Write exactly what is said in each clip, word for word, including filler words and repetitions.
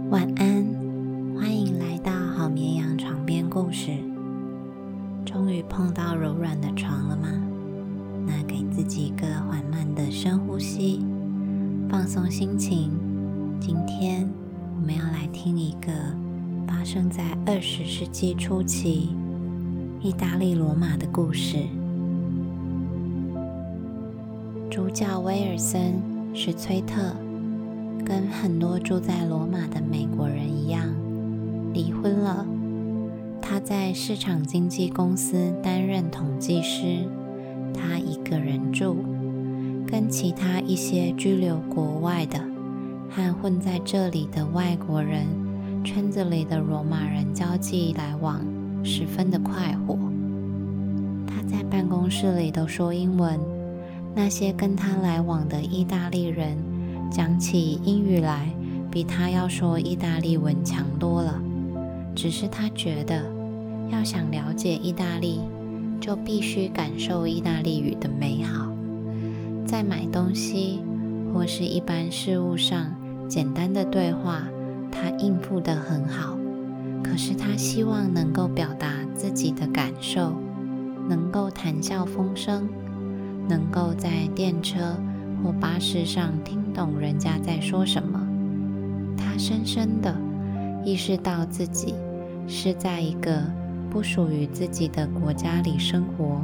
晚安，欢迎来到好绵羊床边故事。终于碰到柔软的床了吗？那给自己一个缓慢的深呼吸，放松心情。今天我们要来听一个发生在二十世纪初期意大利罗马的故事。主角威尔森·史崔特跟很多住在罗马的美国人一样，离婚了。他在市场经纪公司担任统计师，他一个人住，跟其他一些居留国外的和混在这里的外国人，圈子里的罗马人交际来往十分的快活。他在办公室里都说英文，那些跟他来往的意大利人讲起英语来比他要说意大利文强多了。只是他觉得要想了解意大利，就必须感受意大利语的美好。在买东西或是一般事务上简单的对话，他应付得很好。可是他希望能够表达自己的感受，能够谈笑风生，能够在电车或巴士上听懂人家在说什么。他深深地意识到自己是在一个不属于自己的国家里生活。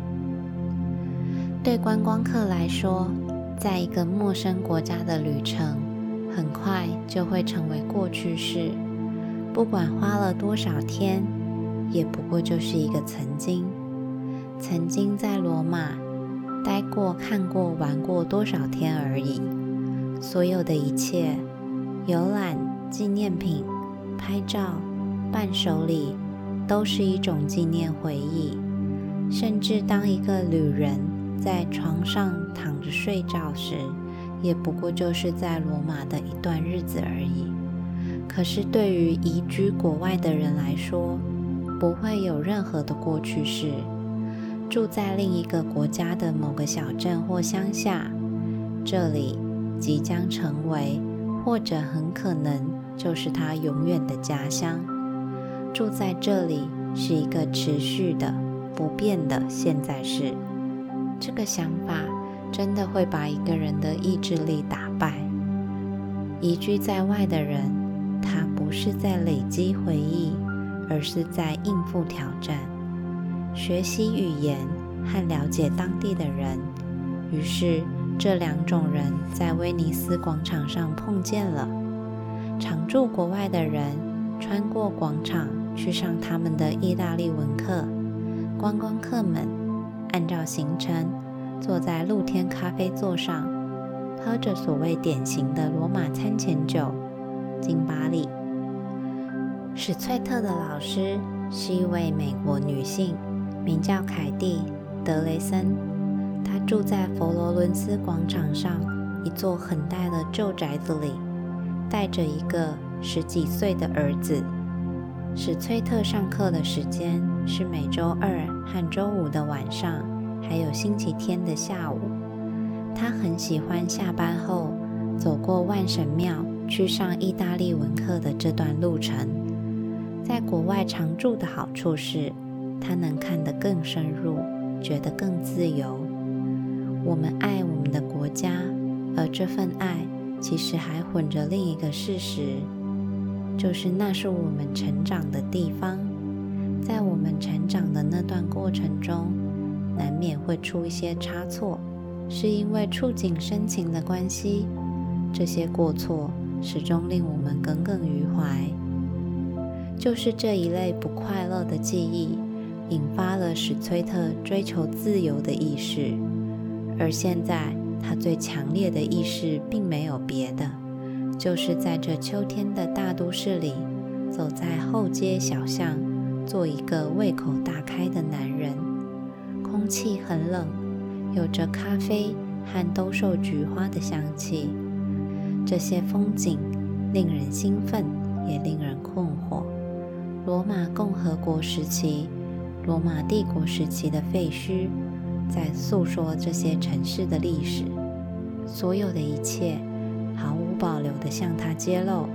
对观光客来说，在一个陌生国家的旅程很快就会成为过去式，不管花了多少天，也不过就是一个曾经。曾经在罗马待过、看过、玩过多少天而已。所有的一切，游览、纪念品、拍照、伴手礼，都是一种纪念回忆。甚至当一个旅人在床上躺着睡觉时，也不过就是在罗马的一段日子而已。可是对于移居国外的人来说，不会有任何的过去式。住在另一个国家的某个小镇或乡下，这里即将成为，或者很可能就是他永远的家乡。住在这里是一个持续的、不变的现在式。这个想法真的会把一个人的意志力打败。移居在外的人，他不是在累积回忆，而是在应付挑战。学习语言和了解当地的人，于是这两种人在威尼斯广场上碰见了。常住国外的人穿过广场去上他们的意大利文课，观光客们按照行程坐在露天咖啡座上，喝着所谓典型的罗马餐前酒金巴利。史崔特的老师是一位美国女性，名叫凯蒂·德雷森。她住在佛罗伦斯广场上一座很大的旧宅子里，带着一个十几岁的儿子。史崔特上课的时间是每周二和周五的晚上，还有星期天的下午。他很喜欢下班后走过万神庙去上意大利文课的这段路程。在国外常住的好处是，他能看得更深入，觉得更自由。我们爱我们的国家，而这份爱其实还混着另一个事实，就是那是我们成长的地方。在我们成长的那段过程中，难免会出一些差错，是因为触景生情的关系。这些过错始终令我们耿耿于怀。就是这一类不快乐的记忆，引发了史崔特追求自由的意识。而现在他最强烈的意识并没有别的，就是在这秋天的大都市里，走在后街小巷，做一个胃口大开的男人。空气很冷，有着咖啡和兜售菊花的香气。这些风景令人兴奋，也令人困惑。罗马共和国时期、罗马帝国时期的废墟，在诉说这些城市的历史。所有的一切毫无保留地向他揭露，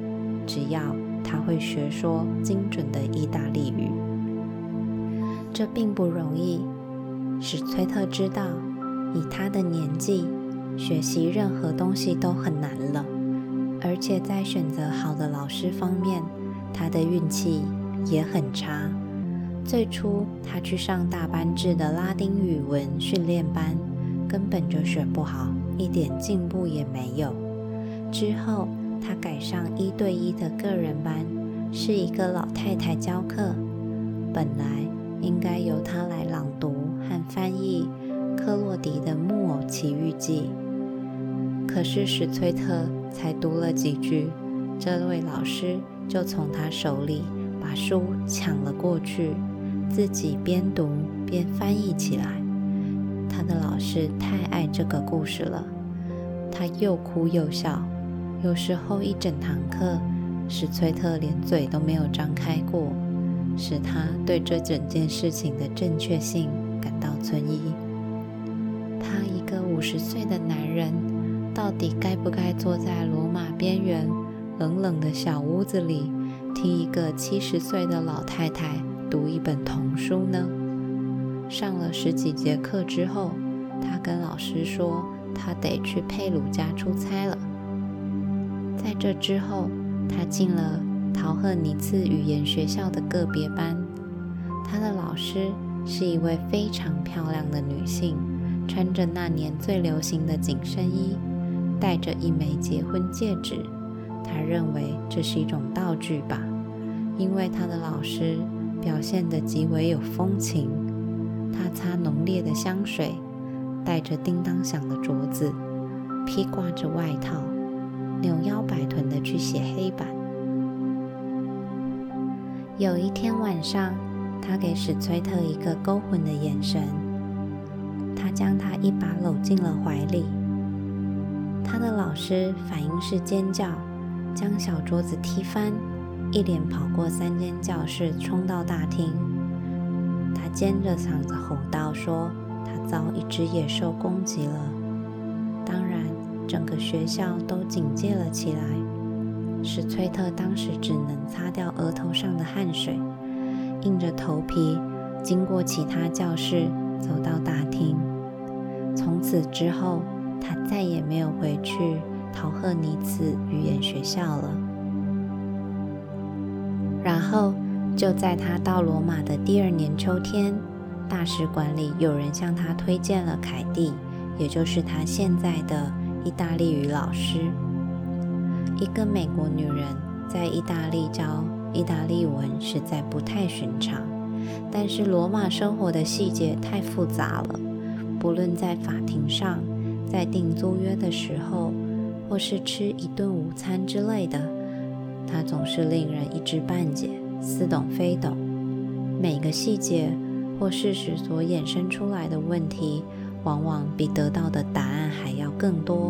只要他会学说精准的意大利语。这并不容易，史崔特知道，以他的年纪，学习任何东西都很难了，而且在选择好的老师方面，他的运气也很差。最初他去上大班制的拉丁语文训练班，根本就学不好，一点进步也没有。之后他改上一对一的个人班，是一个老太太教课，本来应该由他来朗读和翻译克洛迪的《木偶奇遇记》，可是史崔特才读了几句，这位老师就从他手里把书抢了过去，自己边读边翻译起来。他的老师太爱这个故事了，他又哭又笑，有时候一整堂课史崔特连嘴都没有张开过，使他对这整件事情的正确性感到存疑。他一个五十岁的男人，到底该不该坐在罗马边缘冷冷的小屋子里，听一个七十岁的老太太读一本童书呢？上了十几节课之后，他跟老师说他得去佩鲁家出差了。在这之后，他进了陶赫尼茨语言学校的个别班，他的老师是一位非常漂亮的女性，穿着那年最流行的紧身衣，戴着一枚结婚戒指。他认为这是一种道具吧，因为他的老师表现得极为有风情。他擦浓烈的香水，戴着叮当响的镯子，披挂着外套，扭腰摆臀地去写黑板。有一天晚上，他给史崔特一个勾魂的眼神，他将他一把搂进了怀里。他的老师反应是尖叫，将小桌子踢翻，一连跑过三间教室，冲到大厅。他尖着嗓子吼道说他遭一只野兽攻击了。当然，整个学校都警戒了起来。史崔特当时只能擦掉额头上的汗水，硬着头皮经过其他教室，走到大厅。从此之后，他再也没有回去陶赫尼茨语言学校了。然后就在他到罗马的第二年秋天，大使馆里有人向他推荐了凯蒂，也就是他现在的意大利语老师。一个美国女人在意大利教意大利文实在不太寻常，但是罗马生活的细节太复杂了，不论在法庭上，在订租约的时候，或是吃一顿午餐之类的，她总是令人一知半解，似懂非懂。每个细节或事实所衍生出来的问题，往往比得到的答案还要更多。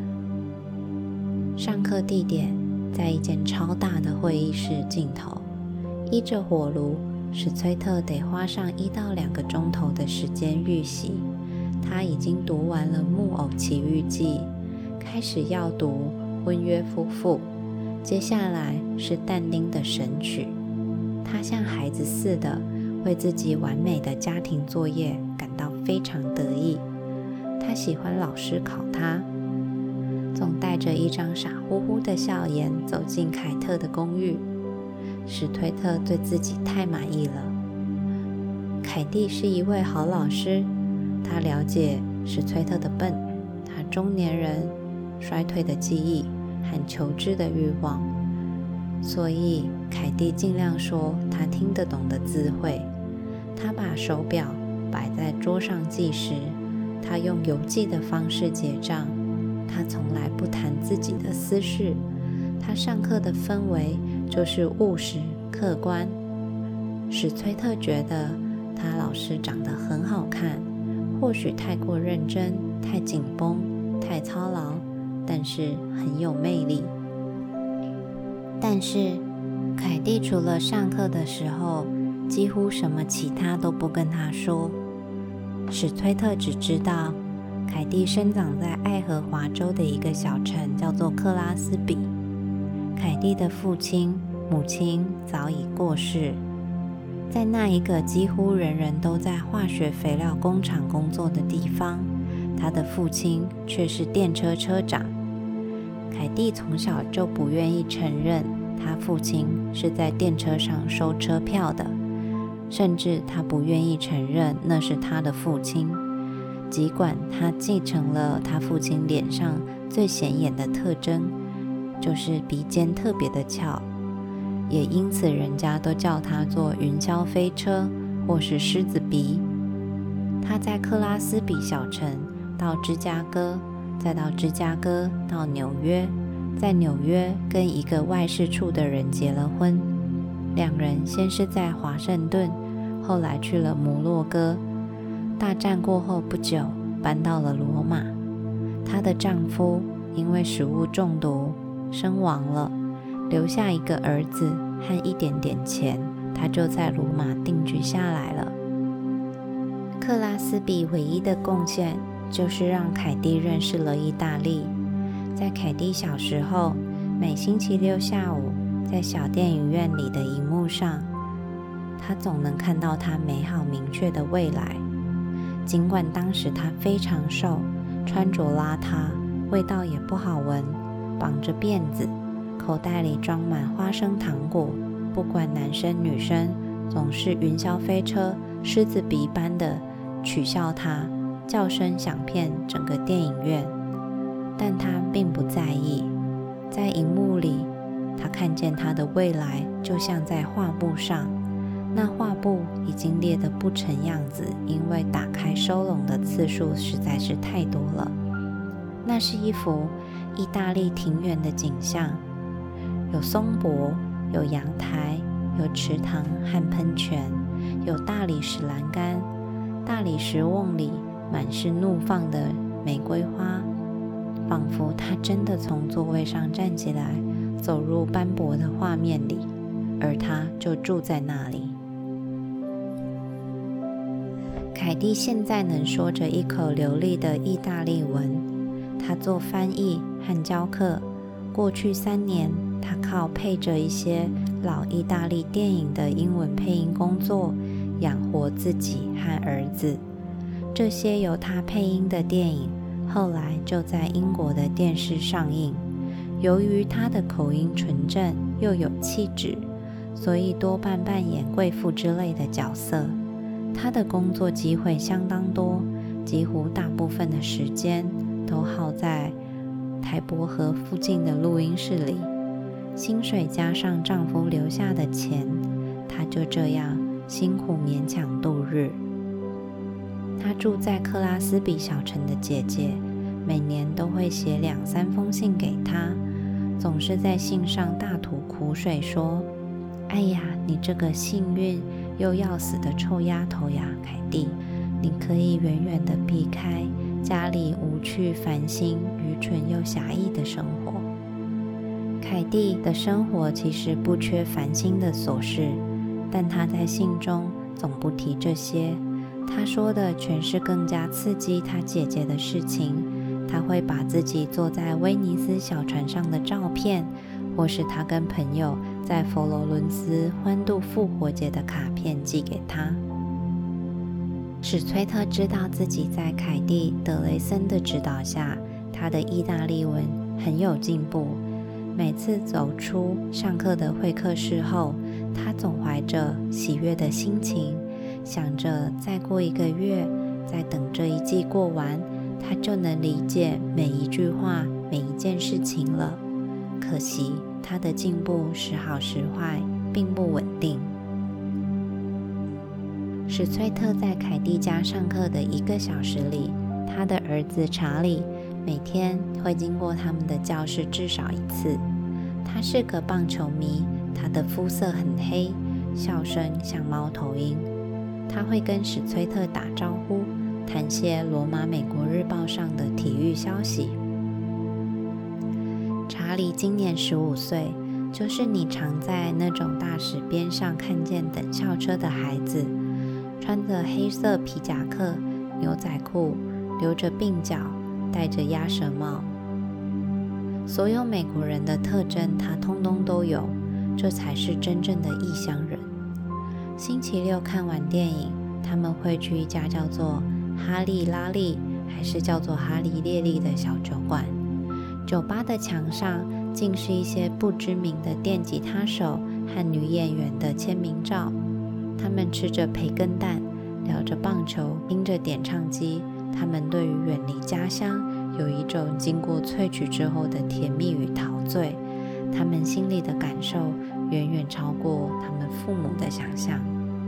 上课地点在一间超大的会议室尽头，依着火炉，史崔特得花上一到两个钟头的时间预习。他已经读完了《木偶奇遇记》，开始要读《婚约夫妇》，接下来是但丁的《神曲》。他像孩子似的为自己完美的家庭作业感到非常得意。他喜欢老师考他，总带着一张傻乎乎的笑颜走进凯特的公寓。史崔特对自己太满意了。凯蒂是一位好老师，他了解史崔特的笨，他中年人衰退的记忆和求知的欲望，所以凯蒂尽量说他听得懂的字汇。他把手表摆在桌上计时，他用邮寄的方式结账，他从来不谈自己的私事。他上课的氛围就是务实客观。史崔特觉得他老师长得很好看，或许太过认真，太紧绷，太操劳，但是很有魅力。但是凯蒂除了上课的时候，几乎什么其他都不跟他说。史崔特只知道凯蒂生长在爱荷华州的一个小城，叫做克拉斯比。 凯蒂的父亲、母亲早已过世。在那一个几乎人人都在化学肥料工厂工作的地方，他的父亲却是电车车长。凯蒂从小就不愿意承认他父亲是在电车上收车票的，甚至他不愿意承认那是他的父亲。尽管他继承了他父亲脸上最显眼的特征，就是鼻尖特别的翘，也因此人家都叫他做云霄飞车或是狮子鼻。他在克拉斯比小城到芝加哥，再到芝加哥到纽约，在纽约跟一个外事处的人结了婚。两人先是在华盛顿，后来去了摩洛哥。大战过后不久，搬到了罗马。她的丈夫因为食物中毒身亡了，留下一个儿子和一点点钱，她就在罗马定居下来了。克拉斯比唯一的贡献就是让凯蒂认识了意大利。在凯蒂小时候，每星期六下午，在小电影院里的荧幕上，她总能看到她美好明确的未来。尽管当时她非常瘦，穿着邋遢，味道也不好闻，绑着辫子，口袋里装满花生糖果，不管男生女生，总是云霄飞车、狮子鼻般的取笑她，叫声响遍整个电影院。但她并不在意，在荧幕里，她看见她的未来就像在画布上，那画布已经裂得不成样子，因为打开收拢的次数实在是太多了。那是一幅意大利庭园的景象，有松柏，有阳台，有池塘和喷泉，有大理石栏杆，大理石瓮里满是怒放的玫瑰花，仿佛他真的从座位上站起来，走入斑驳的画面里，而他就住在那里。凯蒂现在能说着一口流利的意大利文，他做翻译和教课。过去三年，他靠配着一些老意大利电影的英文配音工作，养活自己和儿子。这些由他配音的电影，后来就在英国的电视上映。由于他的口音纯正又有气质，所以多半扮演贵妇之类的角色。他的工作机会相当多，几乎大部分的时间都耗在台伯河附近的录音室里。薪水加上丈夫留下的钱，她就这样辛苦勉强度日。她住在克拉斯比小城的姐姐，每年都会写两三封信给她，总是在信上大吐苦水说：“哎呀，你这个幸运又要死的臭丫头呀，凯蒂，你可以远远地避开家里无趣、烦心、愚蠢又狭义的生活。”凯蒂的生活其实不缺烦心的琐事，但她在信中总不提这些。她说的全是更加刺激她姐姐的事情。她会把自己坐在威尼斯小船上的照片，或是她跟朋友在佛罗伦斯欢度复活节的卡片寄给她。史崔特知道自己在凯蒂·德雷森的指导下，他的意大利文很有进步。每次走出上课的会客室后，他总怀着喜悦的心情，想着再过一个月，再等这一季过完，他就能理解每一句话、每一件事情了。可惜他的进步时好时坏，并不稳定。史崔特在凯蒂家上课的一个小时里，他的儿子查理每天会经过他们的教室至少一次。他是个棒球迷，他的肤色很黑，笑声像猫头鹰。他会跟史崔特打招呼，谈些罗马美国日报上的体育消息。查理今年十五岁，就是你常在那种大石边上看见等校车的孩子，穿着黑色皮夹克、牛仔裤，留着鬓角，戴着鸭舌帽。 所有美国人的特征他通通都有，这才是真正的异乡人。星期六看完电影，他们会去一家叫做哈利拉利还是叫做哈利列利的小酒馆。酒吧的墙上竟是一些不知名的电吉他手和女演员的签名照。他们吃着培根蛋，聊着棒球，听着点唱机。他们对于远离家乡有一种经过萃取之后的甜蜜与陶醉，他们心里的感受远远超过他们父母的想象。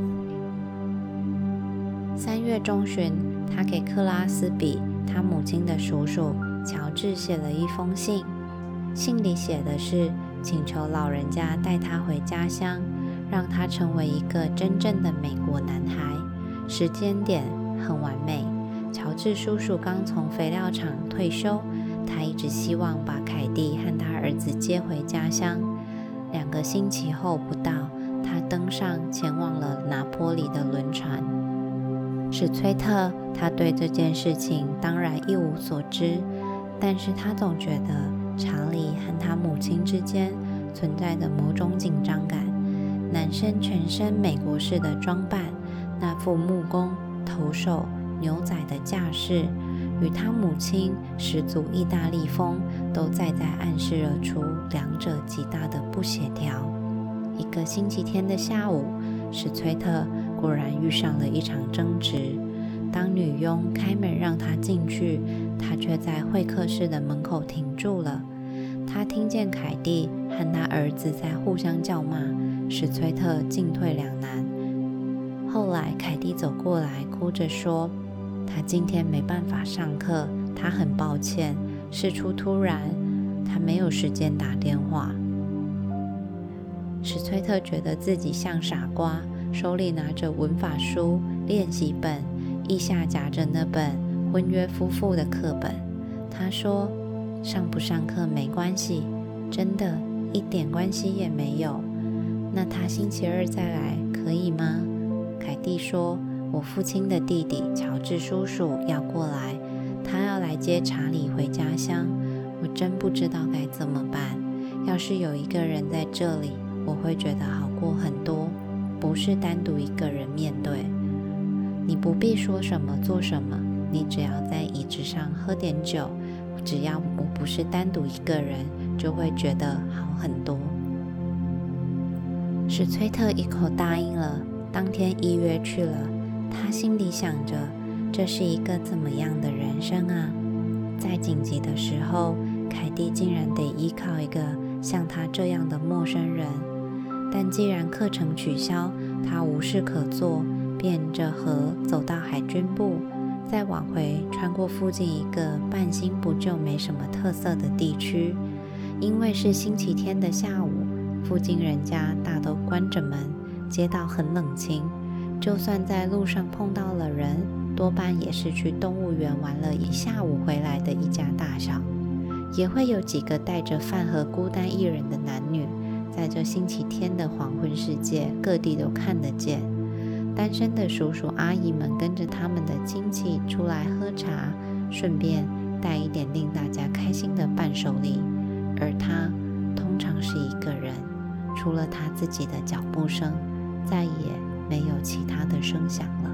三月中旬，他给克拉斯比他母亲的叔叔乔治写了一封信，信里写的是请求老人家带他回家乡，让他成为一个真正的美国男孩。时间点很完美，乔治叔叔刚从肥料厂退休，他一直希望把凯蒂和他儿子接回家乡。两个星期后不到，他登上前往了拿坡里的轮船。史崔特他对这件事情当然一无所知，但是他总觉得查理和他母亲之间存在着某种紧张感。男生全身美国式的装扮，那副木工、头手、牛仔的架势，与他母亲十足意大利风，都再再暗示了出两者极大的不协调。一个星期天的下午，史崔特果然遇上了一场争执。当女佣开门让他进去，他却在会客室的门口停住了。他听见凯蒂和他儿子在互相叫骂，史崔特进退两难。后来凯蒂走过来，哭着说他今天没办法上课，他很抱歉，事出突然，他没有时间打电话。史崔特觉得自己像傻瓜，手里拿着文法书、练习本，腋下夹着那本婚约夫妇的课本。他说上不上课没关系，真的一点关系也没有。那他星期二再来可以吗？凯蒂说我父亲的弟弟乔治叔叔要过来，他要来接查理回家乡，我真不知道该怎么办。要是有一个人在这里，我会觉得好过很多，不是单独一个人面对。你不必说什么做什么，你只要在椅子上喝点酒，只要我不是单独一个人，就会觉得好很多。史崔特一口答应了，当天依约去了。他心里想着，这是一个怎么样的人生啊？在紧急的时候，凯蒂竟然得依靠一个像他这样的陌生人。但既然课程取消，他无事可做，便沿着河走到海军部，再往回穿过附近一个半新不旧没什么特色的地区。因为是星期天的下午，附近人家大都关着门，街道很冷清，就算在路上碰到了人，多半也是去动物园玩了一下午回来的一家大小。也会有几个带着饭盒孤单一人的男女，在这星期天的黄昏世界，各地都看得见。单身的叔叔阿姨们跟着他们的亲戚出来喝茶，顺便带一点令大家开心的伴手礼。而他通常是一个人，除了他自己的脚步声，再也没有其他的声响了。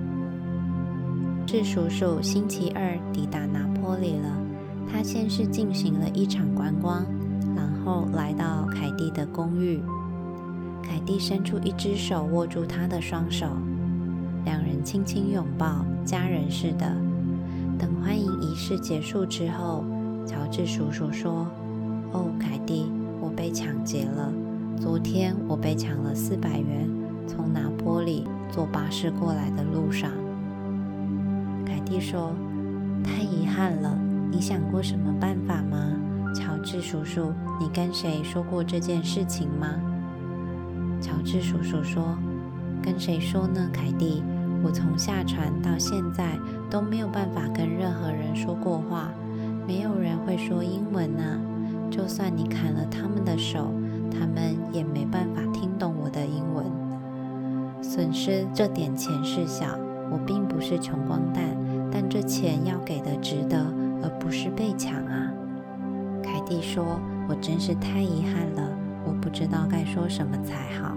是叔叔星期二抵达拿坡里了。他先是进行了一场观光，然后来到凯蒂的公寓。凯蒂伸出一只手握住他的双手，两人轻轻拥抱，家人似的。等欢迎仪式结束之后，乔治叔叔说：哦，凯蒂，我被抢劫了。昨天我被抢了四百元，从拿坡里坐巴士过来的路上。凯蒂说：太遗憾了，你想过什么办法吗？乔治叔叔，你跟谁说过这件事情吗？乔治叔叔说：跟谁说呢，凯蒂？我从下船到现在都没有办法跟任何人说过话，没有人会说英文啊。就算你砍了他们的手，他们也没办法听懂我的英文。损失这点钱事小，我并不是穷光蛋，但这钱要给的值得，而不是被抢啊。 凯蒂说：“我真是太遗憾了，我不知道该说什么才好。”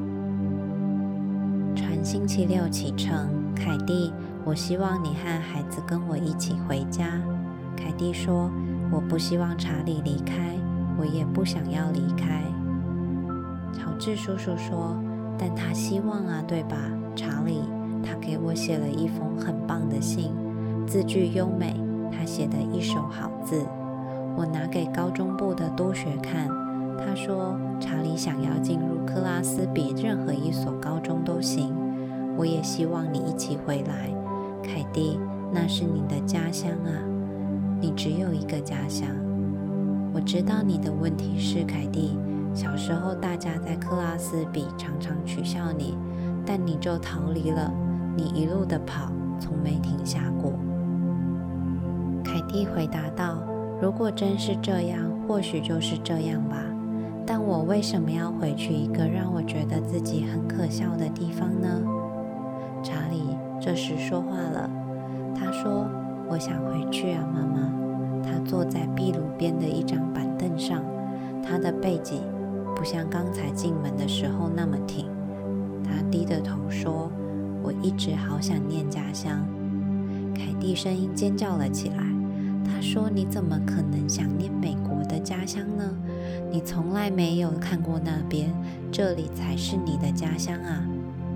船星期六启程，凯蒂，我希望你和孩子跟我一起回家。凯蒂说：“我不希望查理离开，我也不想要离开。”乔治叔叔说：“但他希望啊，对吧，查理？他给我写了一封很棒的信，字句优美，他写的一手好字。我拿给高中部的督学看，他说查理想要进入克拉斯比任何一所高中都行。我也希望你一起回来，凯蒂，那是你的家乡啊，你只有一个家乡。我知道你的问题是，凯蒂，小时候大家在克拉斯比常常取笑你，但你就逃离了，你一路的跑，从没停下过。”凯蒂回答道：“如果真是这样，或许就是这样吧。但我为什么要回去一个让我觉得自己很可笑的地方呢？”查理这时说话了，他说：“我想回去啊，妈妈。”他坐在壁炉边的一张板凳上，他的背脊不像刚才进门的时候那么挺。他低着头说：“我一直好想念家乡。”凯蒂声音尖叫了起来，他说：“你怎么可能想念美国的家乡呢？你从来没有看过那边，这里才是你的家乡啊！”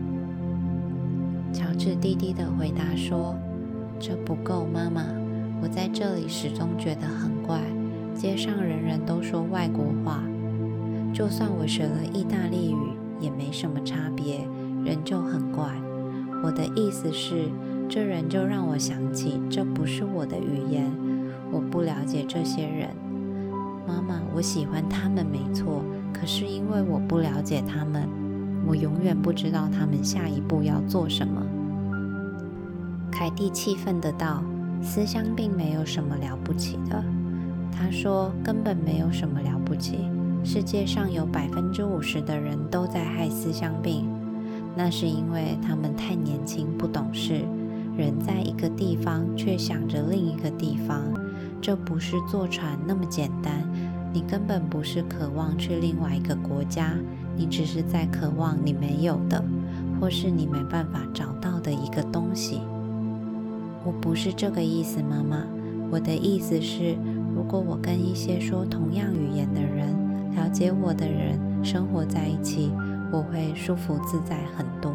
乔治低低地回答说：“这不够，妈妈，我在这里始终觉得很怪，街上人人都说外国话，就算我学了意大利语也没什么差别，仍旧很怪。我的意思是，这人就让我想起这不是我的语言，我不了解这些人。妈妈，我喜欢他们没错，可是因为我不了解他们，我永远不知道他们下一步要做什么。”凯蒂气愤的道：“思乡病没有什么了不起的。”他说：“根本没有什么了不起，世界上有百分之五十的人都在害思乡病，那是因为他们太年轻不懂事，人在一个地方却想着另一个地方，这不是坐船那么简单，你根本不是渴望去另外一个国家，你只是在渴望你没有的，或是你没办法找到的一个东西。”“我不是这个意思，妈妈，我的意思是，如果我跟一些说同样语言的人、了解我的人生活在一起，我会舒服自在很多。”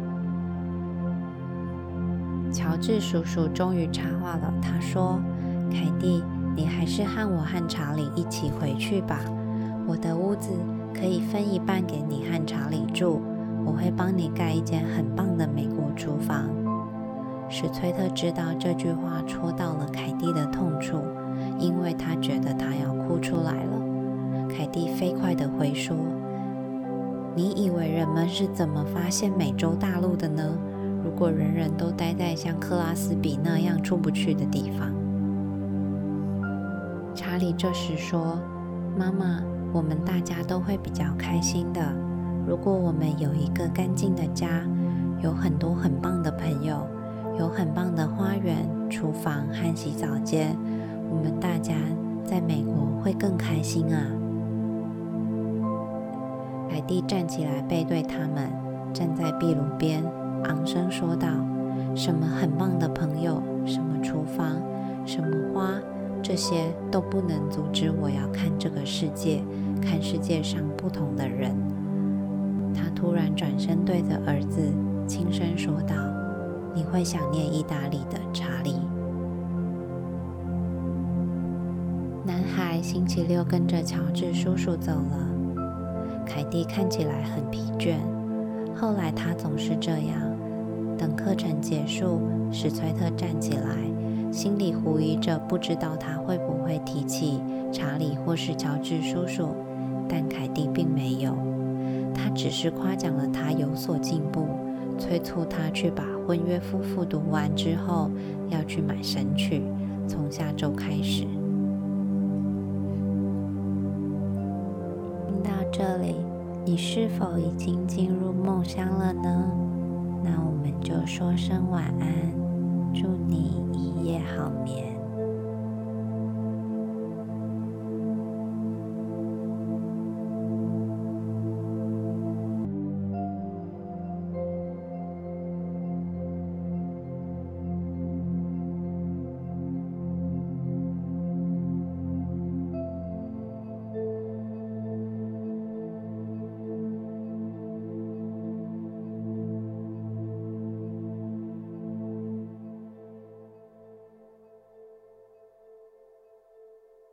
乔治叔叔终于插话了，他说：“凯蒂，你还是和我和查理一起回去吧。我的屋子可以分一半给你和查理住，我会帮你盖一间很棒的美国厨房。”史崔特知道这句话戳到了凯蒂的痛处，因为他觉得他要哭出来了。凯蒂飞快地回说：“你以为人们是怎么发现美洲大陆的呢？如果人人都待在像克拉斯比那样出不去的地方。”查理这时说：“妈妈，我们大家都会比较开心的。如果我们有一个干净的家，有很多很棒的朋友，有很棒的花园、厨房和洗澡间，我们大家在美国会更开心啊！”凯蒂站起来背对他们，站在壁炉边，昂声说道：“什么很棒的朋友，什么厨房，什么花，这些都不能阻止我要看这个世界，看世界上不同的人。”他突然转身对着儿子轻声说道：“你会想念意大利的，查理。”男孩星期六跟着乔治叔叔走了。凯蒂看起来很疲倦，后来他总是这样。等课程结束，史崔特站起来，心里狐疑着，不知道他会不会提起查理或是乔治叔叔，但凯蒂并没有。他只是夸奖了他有所进步，催促他去把《婚约夫妇》读完之后，要去买神曲，从下周开始。听到这里，你是否已经进入梦乡了呢？那我们就说声晚安，祝你一夜好眠。